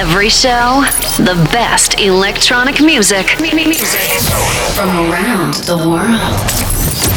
Every show, the best electronic music from around the world.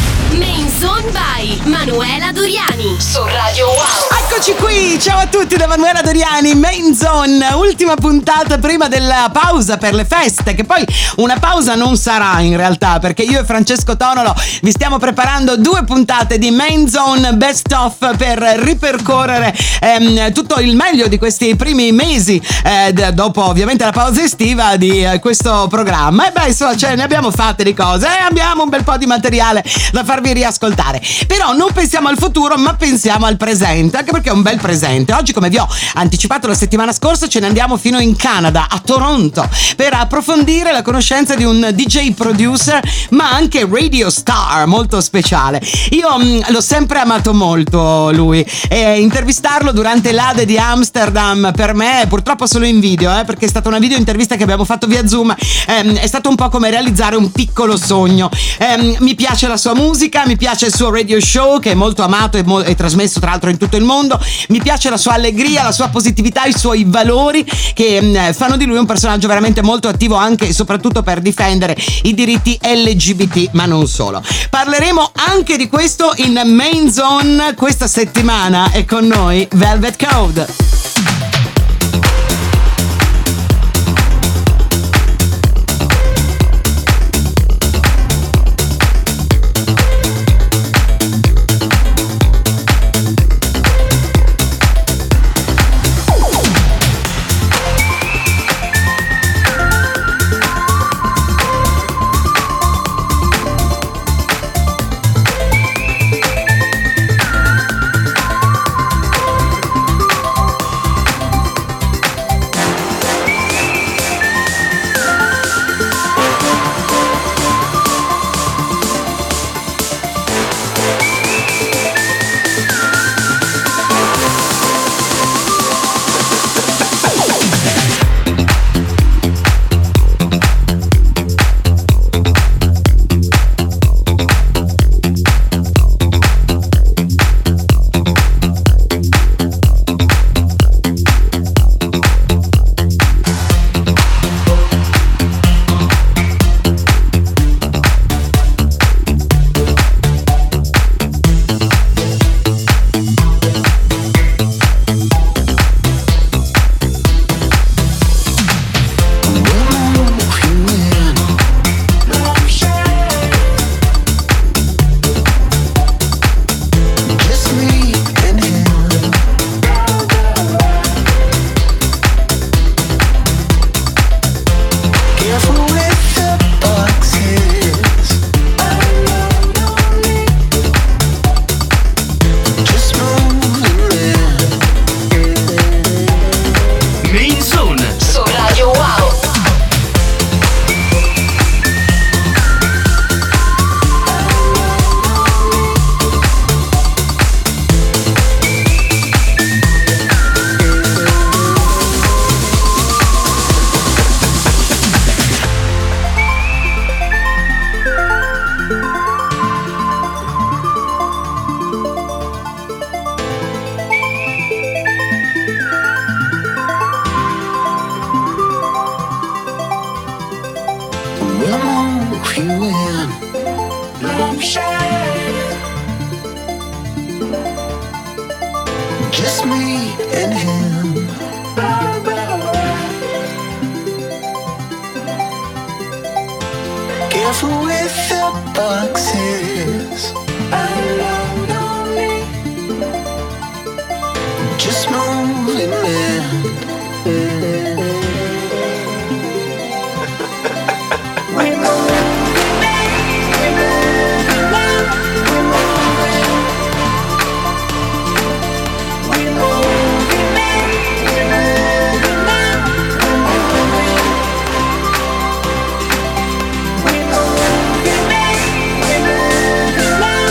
Main Zone by Manuela Doriani su Radio Wow. Eccoci qui, ciao a tutti da Manuela Doriani, Main Zone, ultima puntata prima della pausa per le feste, che poi una pausa non sarà in realtà, perché io e Francesco Tonolo vi stiamo preparando 2 puntate di Main Zone Best Of per ripercorrere tutto il meglio di questi primi mesi, dopo ovviamente la pausa estiva di questo programma. E beh, insomma, ne abbiamo fatte di cose, abbiamo un bel po' di materiale da farvi riascoltare. Però non pensiamo al futuro, ma pensiamo al presente, anche perché è un bel presente. Oggi, come vi ho anticipato la settimana scorsa, ce ne andiamo fino in Canada, a Toronto, per approfondire la conoscenza di un DJ producer, ma anche radio star molto speciale. Io l'ho sempre amato molto lui, e intervistarlo durante l'Ade di Amsterdam per me, purtroppo solo in video, perché è stata una video intervista che abbiamo fatto via Zoom, è stato un po' come realizzare un piccolo sogno. Mi piace la sua musica, mi piace il suo radio show che è molto amato e trasmesso tra l'altro in tutto il mondo, mi piace la sua allegria, la sua positività, i suoi valori che fanno di lui un personaggio veramente molto attivo anche e soprattutto per difendere i diritti LGBT, ma non solo. Parleremo anche di questo in Main Zone questa settimana. È con noi Velvet Code.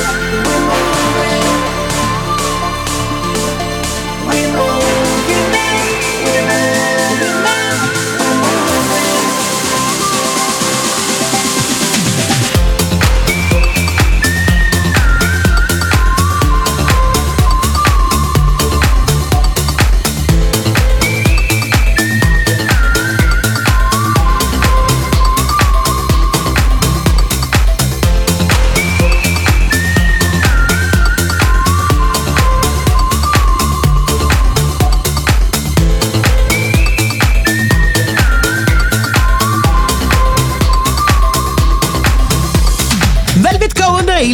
We move.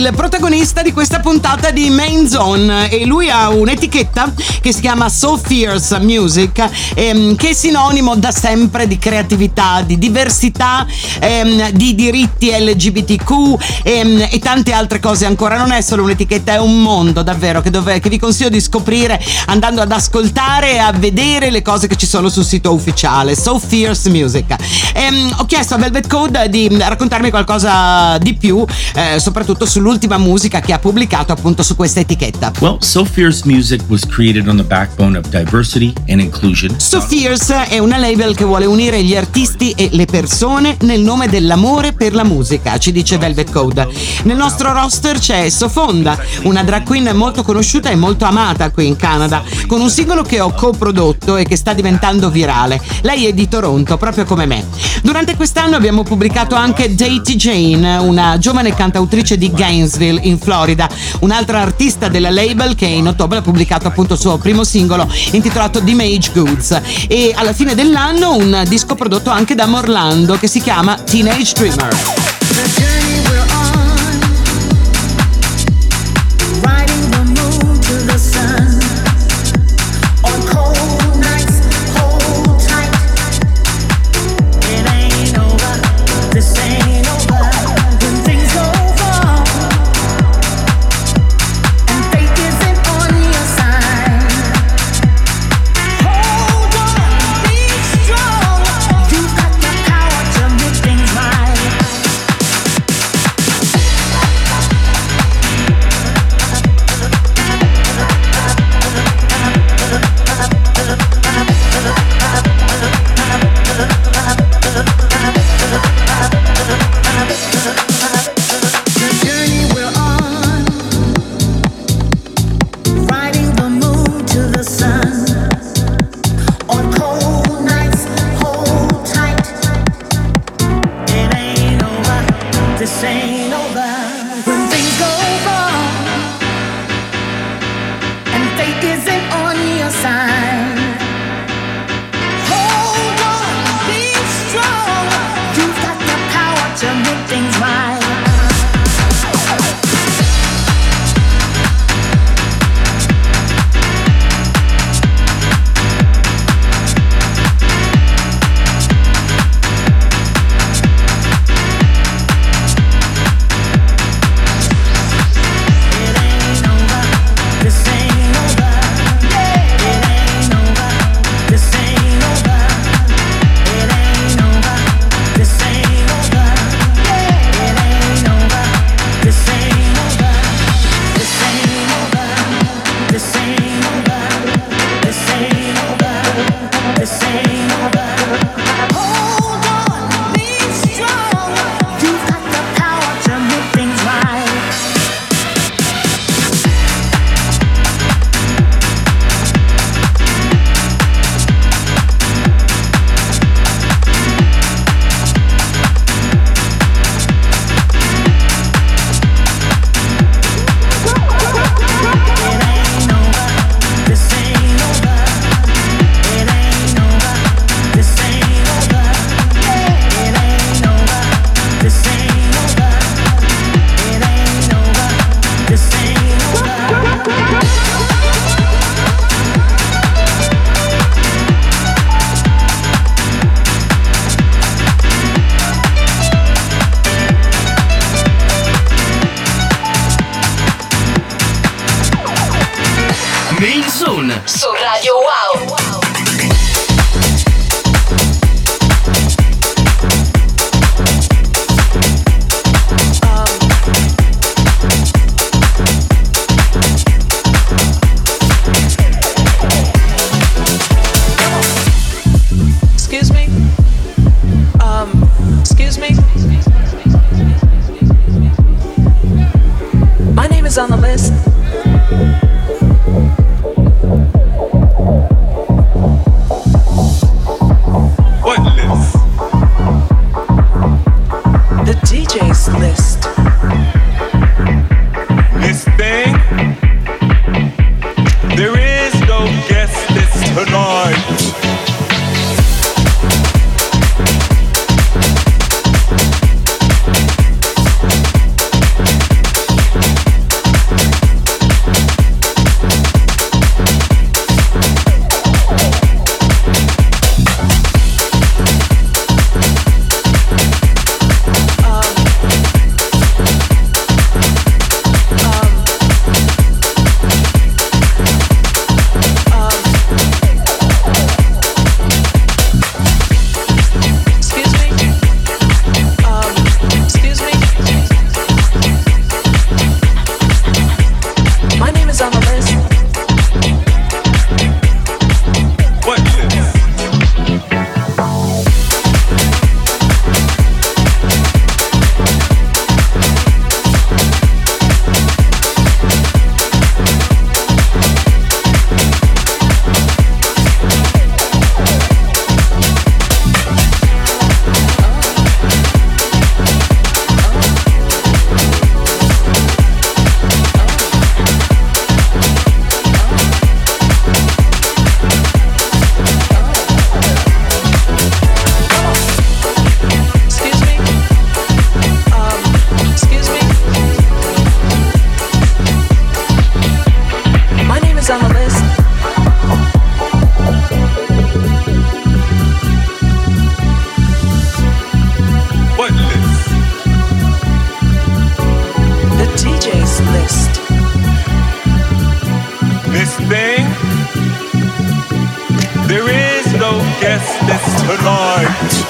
il protagonista di questa puntata di Main Zone, e lui ha un'etichetta che si chiama So Fierce Music, che è sinonimo da sempre di creatività, di diversità, di diritti LGBTQ e tante altre cose ancora. Non è solo un'etichetta, è un mondo davvero che vi consiglio di scoprire andando ad ascoltare e a vedere le cose che ci sono sul sito ufficiale So Fierce Music. Ho chiesto a Velvet Code di raccontarmi qualcosa di più, soprattutto sull'ultima musica che ha pubblicato appunto su questa etichetta. Well, So Fierce Music was created on the backbone of diversity and inclusion. So Fierce è una label che vuole unire gli artisti e le persone nel nome dell'amore per la musica, ci dice Velvet Code. Nel nostro roster c'è Sofonda, una drag queen molto conosciuta e molto amata qui in Canada, con un singolo che ho coprodotto e che sta diventando virale. Lei è di Toronto, proprio come me. Durante quest'anno abbiamo pubblicato anche Daisy Jane, una giovane cantautrice di Gainesville in Florida, un'altra artista della label che in ottobre ha pubblicato appunto il suo primo singolo intitolato Damage Goods, e alla fine dell'anno un disco prodotto anche da Morlando che si chiama Teenage Dreamer. Main Zone su Radio Wow. Excuse me. My name is on the list. guest list tonight.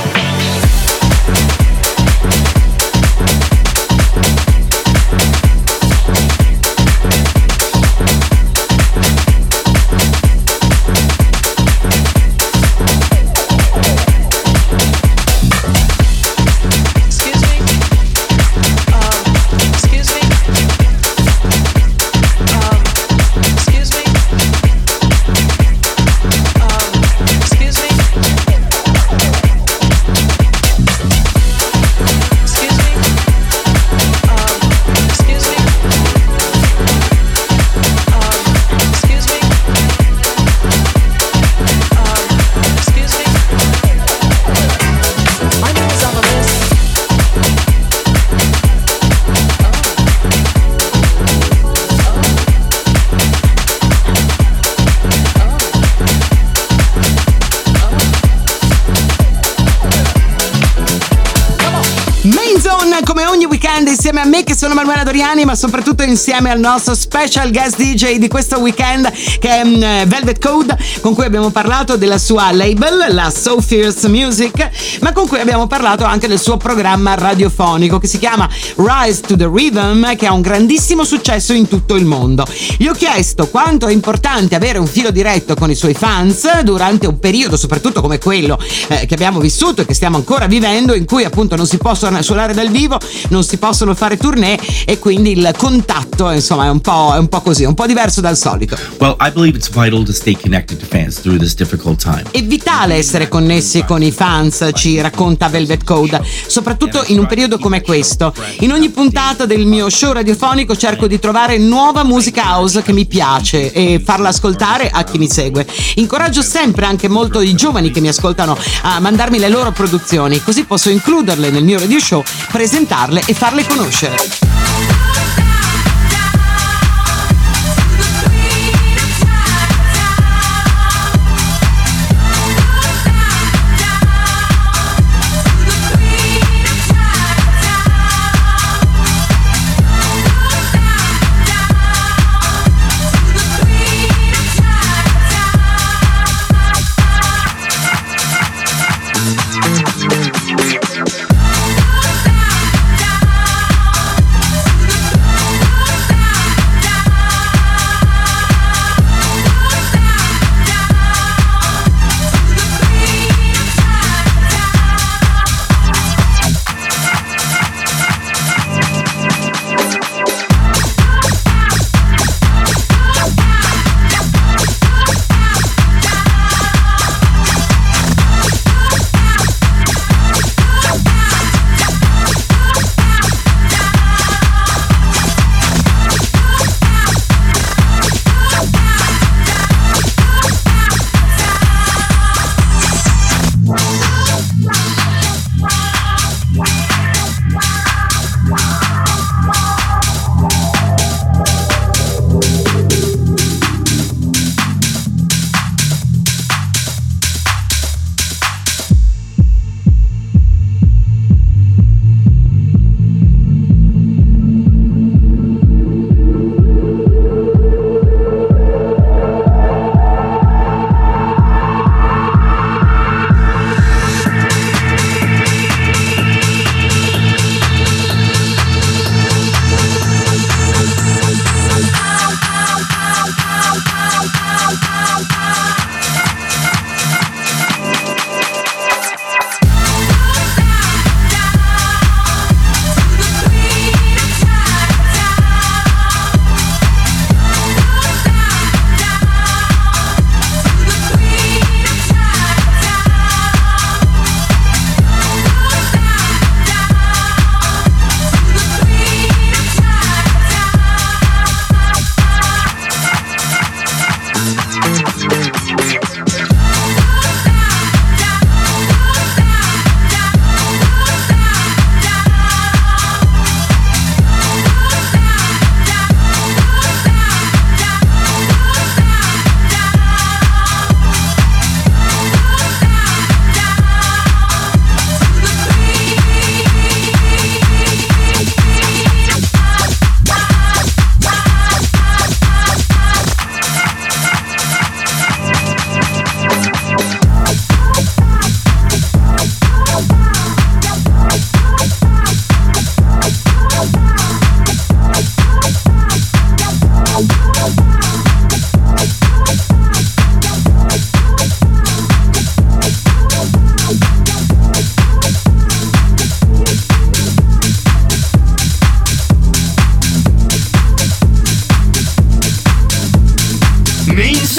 Come ogni weekend insieme a me che sono Manuela Doriani, ma soprattutto insieme al nostro special guest DJ di questo weekend che è Velvet Code, con cui abbiamo parlato della sua label, la So Fierce Music, ma con cui abbiamo parlato anche del suo programma radiofonico che si chiama Rise to the Rhythm, che ha un grandissimo successo in tutto il mondo. Gli ho chiesto quanto è importante avere un filo diretto con i suoi fans durante un periodo soprattutto come quello che abbiamo vissuto e che stiamo ancora vivendo, in cui appunto non si possono suonare dal vivo, non si possono fare tournée e quindi il contatto insomma è un po' così, un po' diverso dal solito. Well, I believe it's vital to stay connected to fans through this difficult time. È vitale essere connessi con i fans, ci racconta Velvet Code, soprattutto in un periodo come questo. In ogni puntata del mio show radiofonico cerco di trovare nuova musica house che mi piace e farla ascoltare a chi mi segue. Incoraggio sempre anche molto i giovani che mi ascoltano a mandarmi le loro produzioni, così posso includerle nel mio radio show, presentarle e farle conoscere.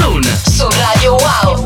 Zone su Radio Wow.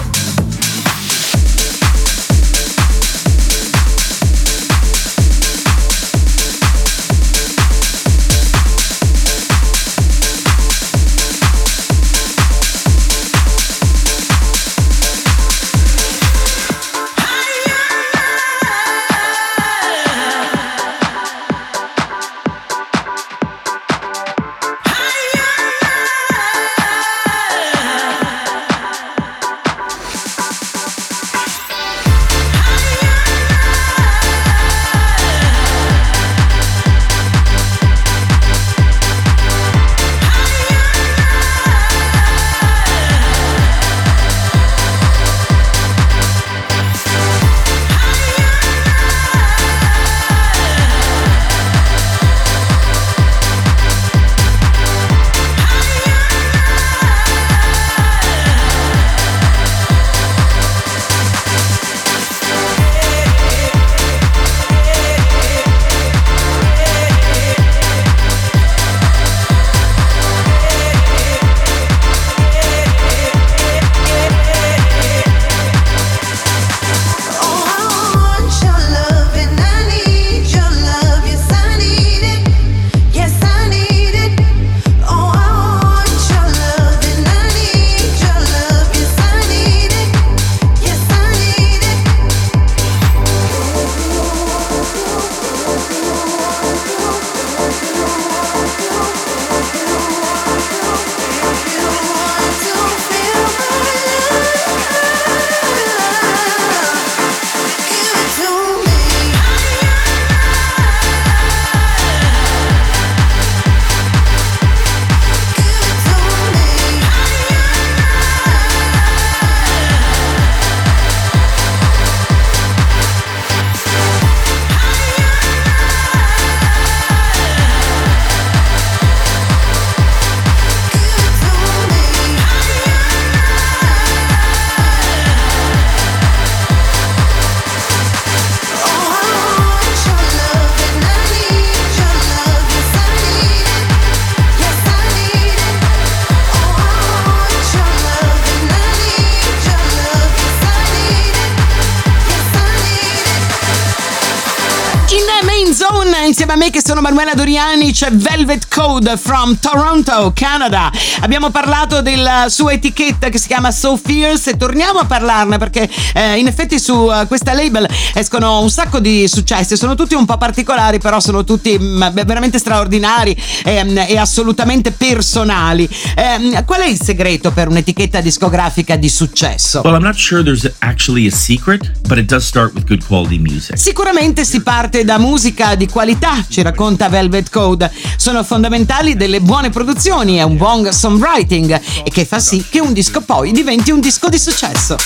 Insieme a me che sono Manuela Doriani c'è Velvet Code from Toronto, Canada. Abbiamo parlato della sua etichetta che si chiama So Fierce e torniamo a parlarne perché in effetti su questa label escono un sacco di successi, sono tutti un po' particolari però sono tutti veramente straordinari e assolutamente personali. Qual è il segreto per un'etichetta discografica di successo? Well, I'm not sure there's actually a secret, but it does start with good quality music. Sicuramente si parte da musica di qualità, ci racconta Velvet Code. Sono fondamentali delle buone produzioni e un buon songwriting e che fa sì che un disco poi diventi un disco di successo.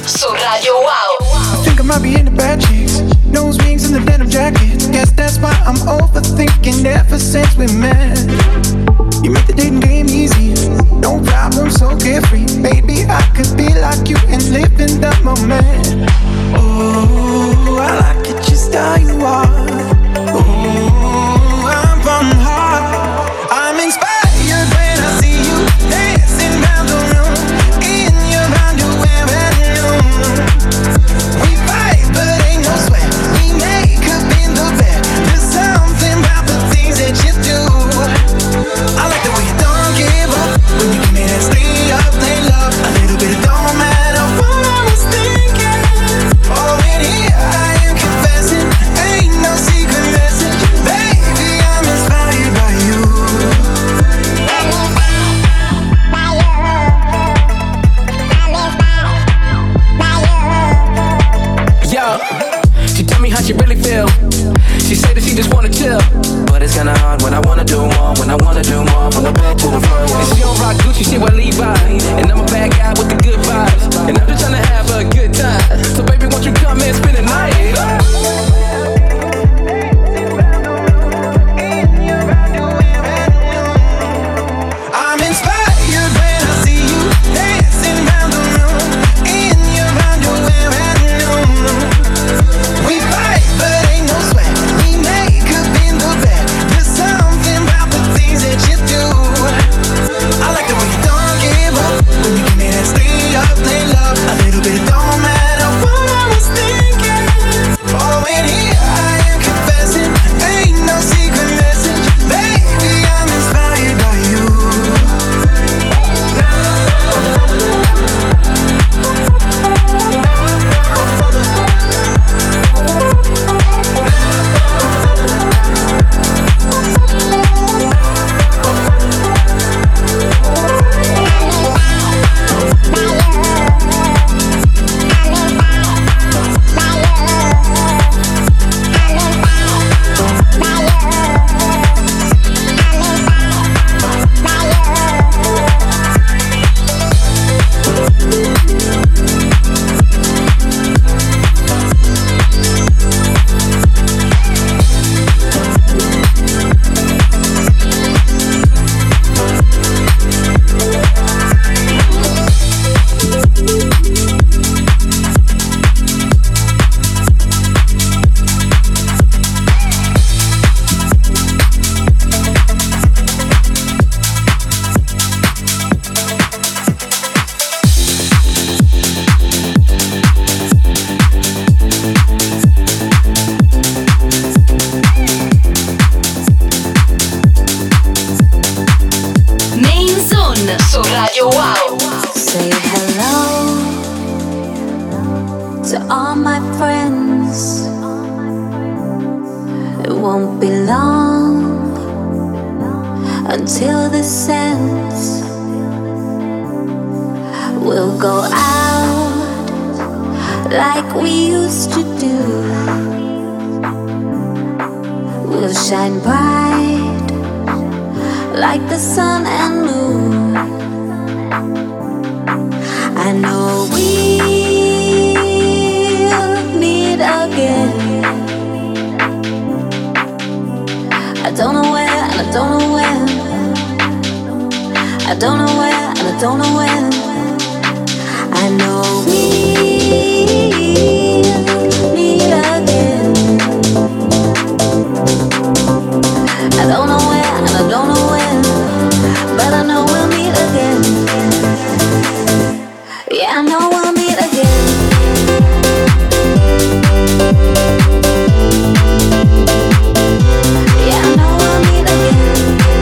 su Radio Wow. I think I might be into bad chicks, nose rings and the denim jackets. Guess that's why I'm overthinking ever since we met. You make the dating game easy, no problem, so carefree. Baby, I could be like you and live in the moment. Oh, I like it just how you are. Oh, I'm from the heart. I'm inspired when I see you dancing round the room in your underwear at noon. We fight, but ain't no sweat. We make up in the bed. There's something about the things that you do. I like the way you don't give up when you give me that stay up, late love. A little bit, it don't matter what I was thinking. Oh, in here I am confessing, ain't no secret message. Baby, I'm inspired by you. Yo, she tell me how she really feel. She said that she just wanna chill, but it's kinda hard when I wanna do more. When I wanna do more, from the bed to the floor. And she don't rock Gucci, she wear Levi's, and I'm a bad guy with the good vibes, and I'm just tryna have a good time. So baby, won't you come and spend the night? I'm inspired when I see you dancing round the room in your underwear at noon. We fight, but ain't no sweat. We make up in the bed. There's something about the things that you do. I like the way you don't give up when you give me that stay up, late love. A little bit, it don't matter what I was thinking. Oh, in here I am confessing, ain't no secret message. Baby, I'm inspired by you. Main Zone su Radio Wow. Say hello to all my friends. It won't be long until this ends. We'll go out like we used to do. We'll shine bright like the sun and moon. I know we'll meet again. I don't know where and I don't know when. I don't know where and I don't know when. I know we'll meet again. I don't know where and I don't know when, but I know we'll meet again. Yeah, I know we'll meet again. Yeah, I know we'll meet again.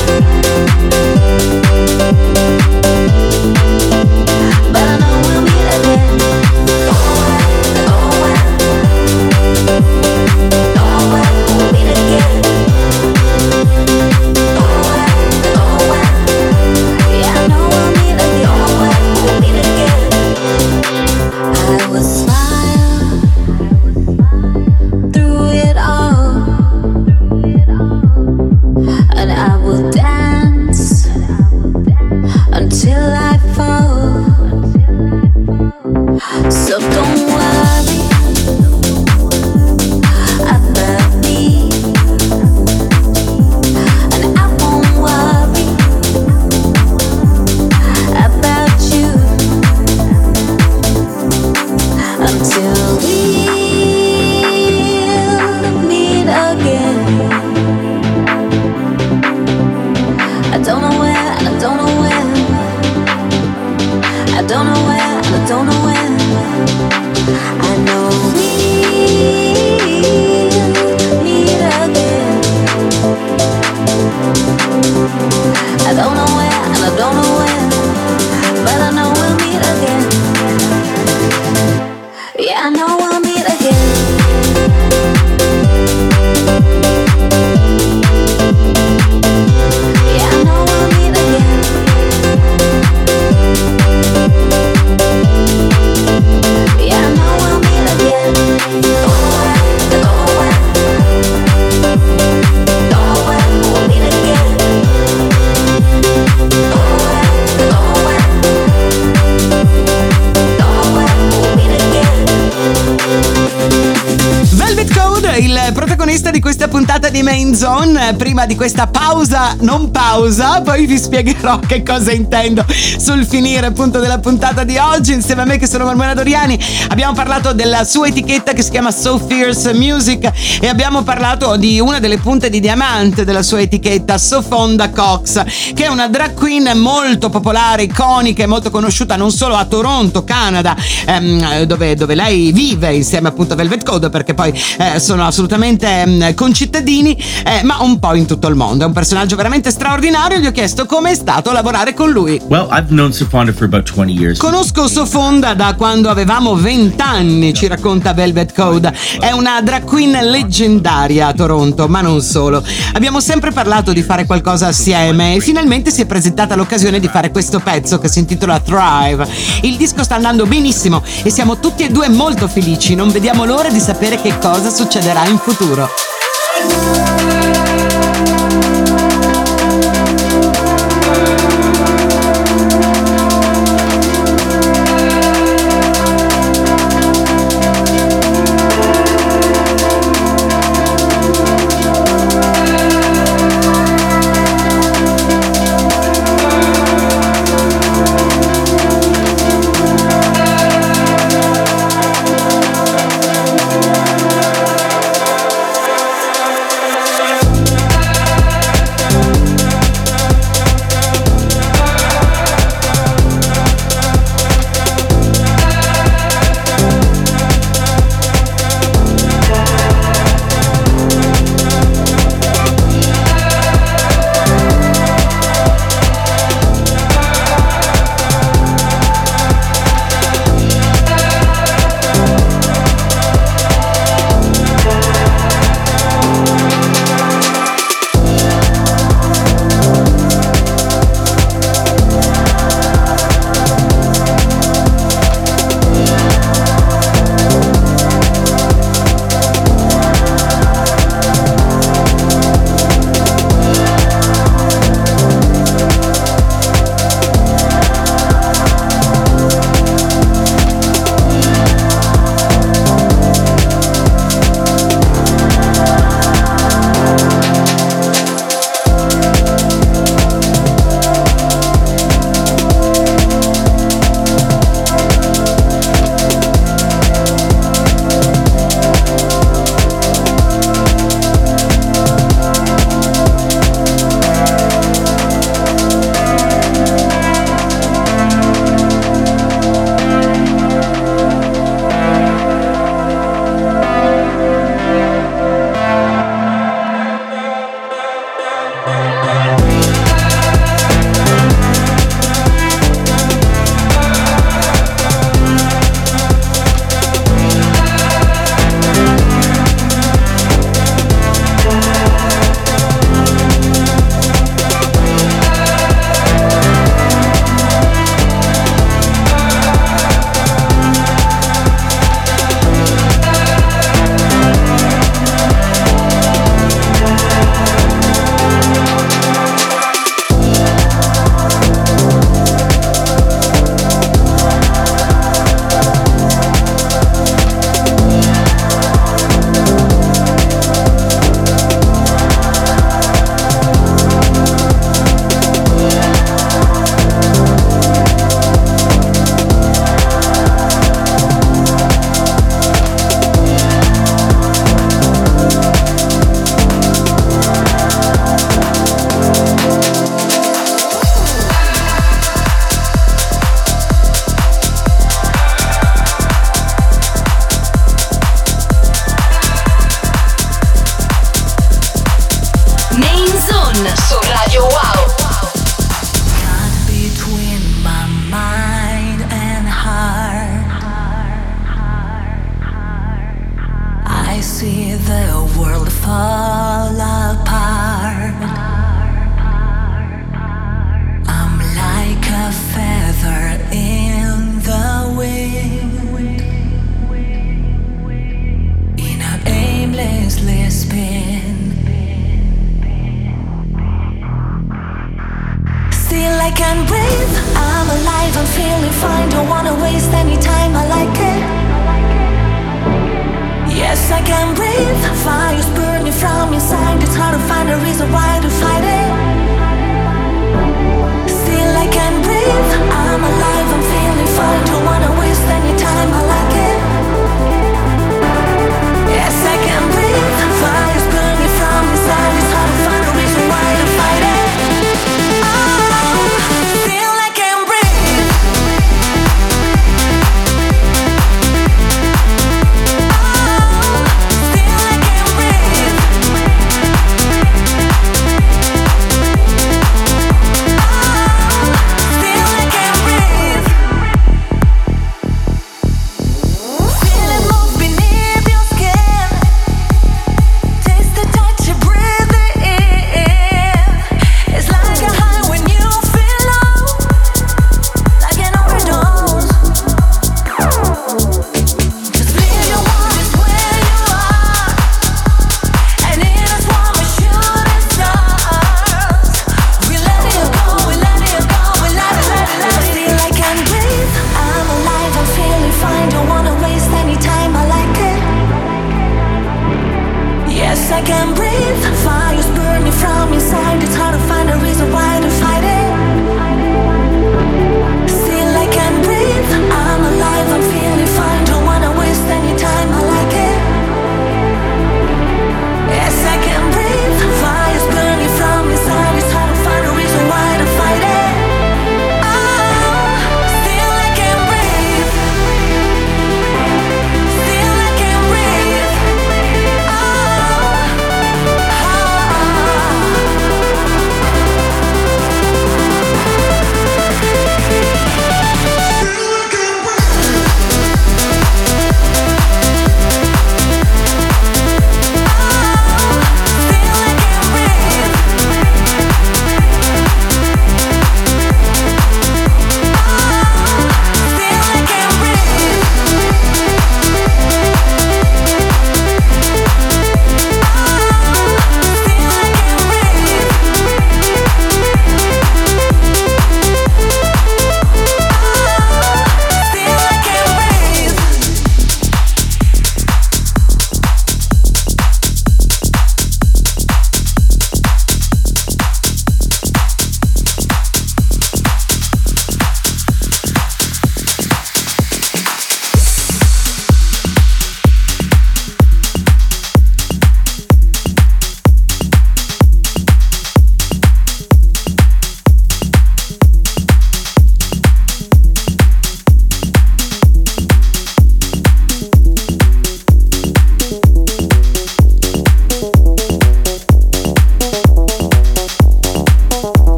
But I know we'll meet again. Oh, when we'll meet again. Oh, I don't know when, but I know we'll meet again. Yeah, I know we'll meet again. Yeah, I know we'll meet again. Yeah, I know we'll meet again. Don't know when, don't know when we'll meet again. Don't know when, don't know when we'll meet again. Velvet Code, il protagonista di questa puntata di Main Zone. Prima di questa pausa, non pausa, poi vi spiegherò che cosa intendo sul finire appunto della puntata di oggi. Insieme a me, che sono Manuela Doriani, abbiamo parlato della sua etichetta che si chiama So Fierce Music e abbiamo parlato di una delle punte di diamante della sua etichetta, Sofonda Cox, che è una drag queen molto popolare, iconica e molto conosciuta non solo a Toronto, Canada, dove lei vive insieme appunto a Velvet Code, perché poi sono assolutamente concittadini, ma un po' in tutto il mondo. È un personaggio veramente straordinario. Gli ho chiesto come è stato lavorare con lui. Well, I've known Sofonda for about 20 years. Conosco Sofonda da quando avevamo 20 anni, ci racconta Velvet Code. È una drag queen leggendaria a Toronto, ma non solo. Abbiamo sempre parlato di fare qualcosa assieme e finalmente si è presentata l'occasione di fare questo pezzo che si intitola Thrive. Il disco sta andando benissimo e siamo tutti e due molto felici. Non vediamo l'ora di sapere che cosa succederà in futuro. Main Zone su Radio Wow. I can breathe, I'm alive, I'm feeling fine. Don't wanna waste any time, I like it. Yes, I can breathe, fire's burning from inside. It's hard to find a reason why to fight it. Still I can breathe, I'm alive, I'm feeling fine. Don't wanna waste any time, I like it. Yes, I can breathe, fire's burning from inside. It's hard to find a reason why to fight it.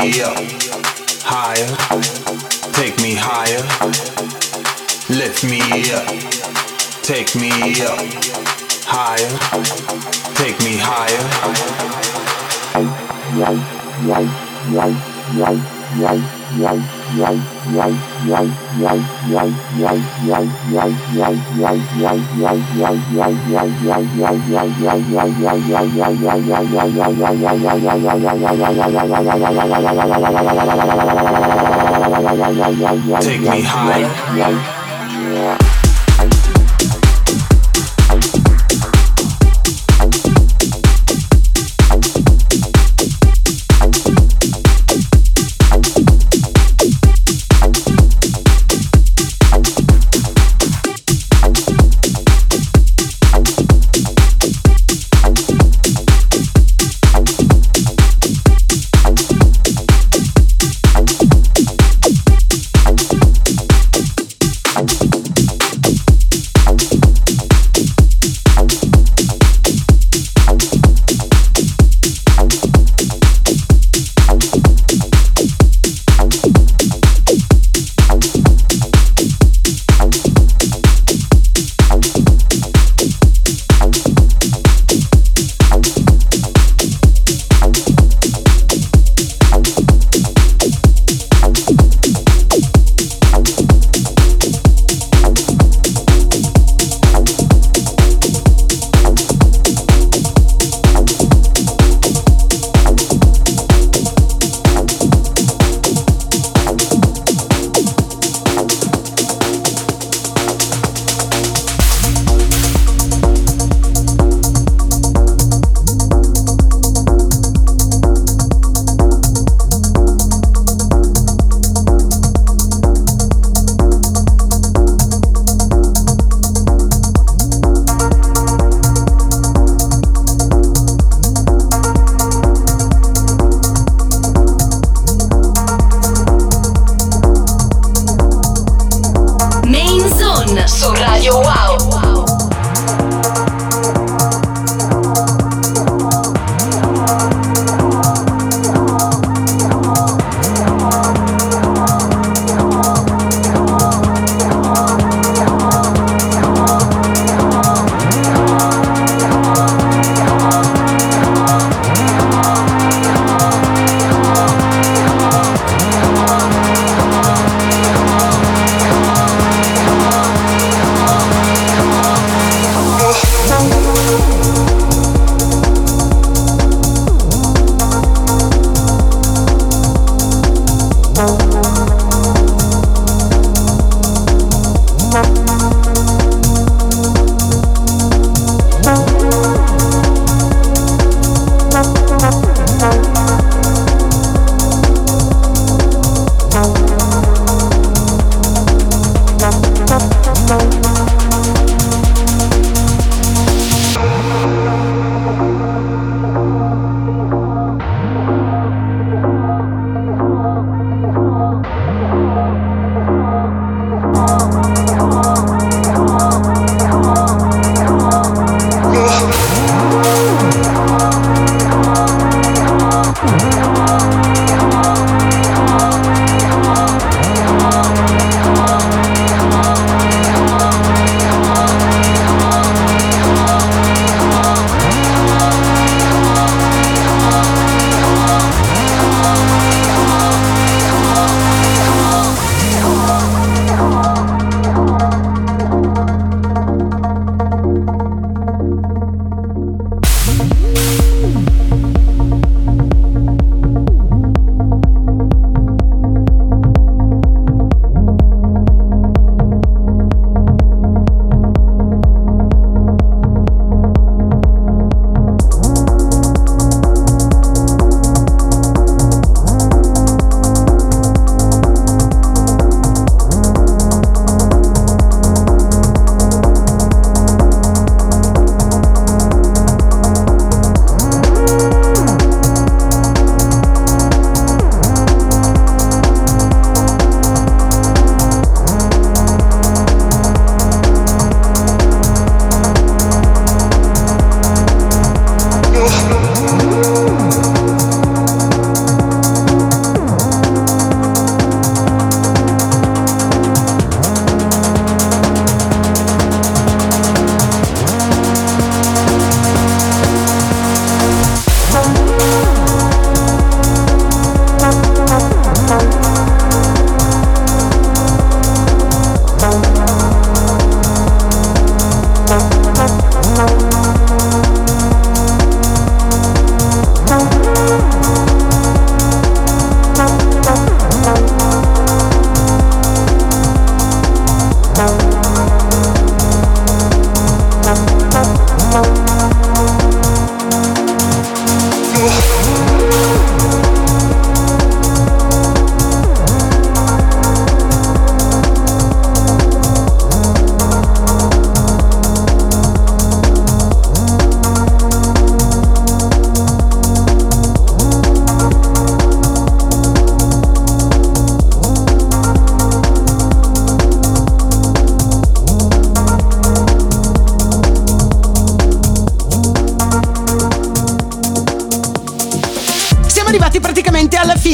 me up, higher. Take me higher. Lift me up. Take me up, higher. Take me higher. Take me higher.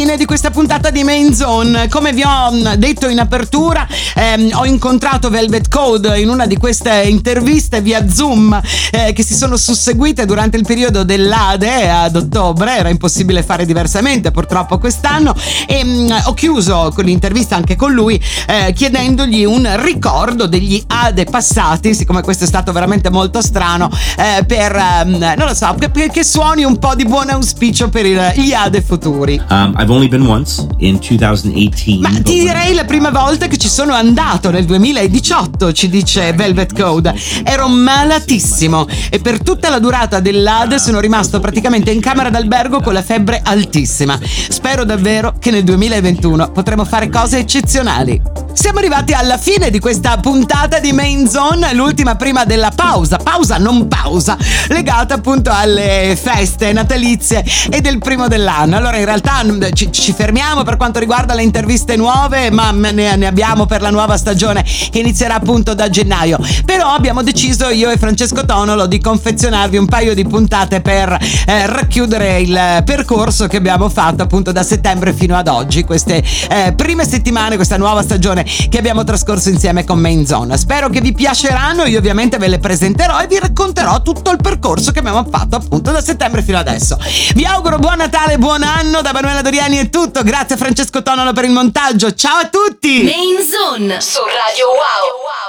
fine di questa puntata di Main Zone. Come vi ho detto in apertura, ho incontrato Velvet Code in una di queste interviste via Zoom che si sono susseguite durante il periodo dell'Ade ad ottobre. Era impossibile fare diversamente purtroppo quest'anno, e ho chiuso con l'intervista anche con lui chiedendogli un ricordo degli Ade passati, siccome questo è stato veramente molto strano, per non lo so, che suoni un po' di buon auspicio per gli Ade futuri. I've only been once in 2018. Ma ti direi la prima volta che ci sono andato nel 2018, ci dice Velvet Code. Ero malatissimo e per tutta la durata dell'Ade sono rimasto praticamente in camera d'albergo con la febbre altissima. Spero davvero che nel 2021 potremo fare cose eccezionali. Siamo arrivati alla fine di questa puntata di Main Zone, l'ultima prima della pausa non pausa, legata appunto alle feste natalizie e del primo dell'anno. Allora in realtà ci fermiamo per quanto riguarda le interviste nuove, ma ne abbiamo per la nuova stagione che inizierà appunto da gennaio. Però abbiamo deciso, io e Francesco Tonolo, di confezionarvi un paio di puntate per racchiudere il percorso che abbiamo fatto appunto da settembre fino ad oggi, queste prime settimane, questa nuova stagione che abbiamo trascorso insieme con Main Zone. Spero che vi piaceranno, io ovviamente ve le presenterò e vi racconterò tutto il percorso che abbiamo fatto appunto da settembre fino adesso. Vi auguro buon Natale, buon anno, da Manuela Doriani è tutto, grazie a Francesco Tonolo per il montaggio, ciao a tutti! Main Zone su Radio Wow.